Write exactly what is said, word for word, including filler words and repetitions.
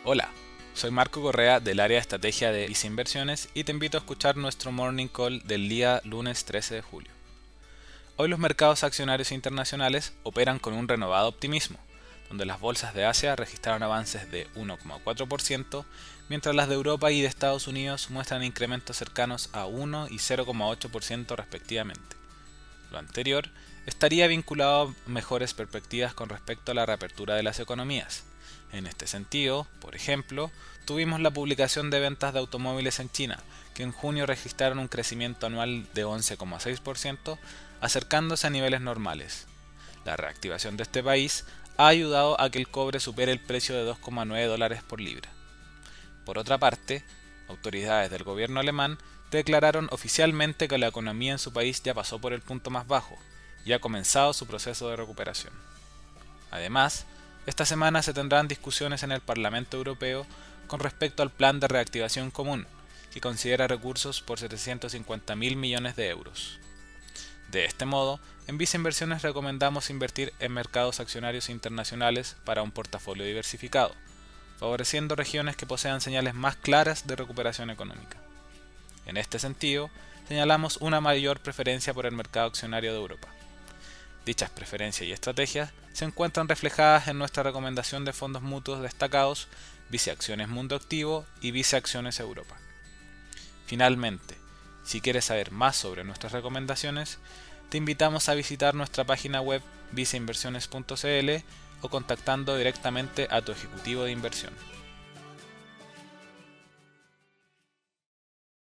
Hola, soy Marco Correa del área de estrategia de Visa Inversiones y te invito a escuchar nuestro Morning Call del día lunes trece de julio. Hoy los mercados accionarios internacionales operan con un renovado optimismo, donde las bolsas de Asia registraron avances de uno coma cuatro por ciento, mientras las de Europa y de Estados Unidos muestran incrementos cercanos a uno y cero coma ocho por ciento respectivamente. Lo anterior estaría vinculado a mejores perspectivas con respecto a la reapertura de las economías. En este sentido, por ejemplo, tuvimos la publicación de ventas de automóviles en China, que en junio registraron un crecimiento anual de once coma seis por ciento, acercándose a niveles normales. La reactivación de este país ha ayudado a que el cobre supere el precio de dos coma nueve dólares por libra. Por otra parte, autoridades del gobierno alemán declararon oficialmente que la economía en su país ya pasó por el punto más bajo y ha comenzado su proceso de recuperación. Además, esta semana se tendrán discusiones en el Parlamento Europeo con respecto al plan de reactivación común, que considera recursos por setecientos cincuenta mil millones de euros. De este modo, en Visa Inversiones recomendamos invertir en mercados accionarios internacionales para un portafolio diversificado, favoreciendo regiones que posean señales más claras de recuperación económica. En este sentido, señalamos una mayor preferencia por el mercado accionario de Europa. Dichas preferencias y estrategias se encuentran reflejadas en nuestra recomendación de fondos mutuos destacados Visa Acciones Mundo Activo y Visa Acciones Europa. Finalmente, si quieres saber más sobre nuestras recomendaciones, te invitamos a visitar nuestra página web visa inversiones punto c l o contactando directamente a tu ejecutivo de inversión.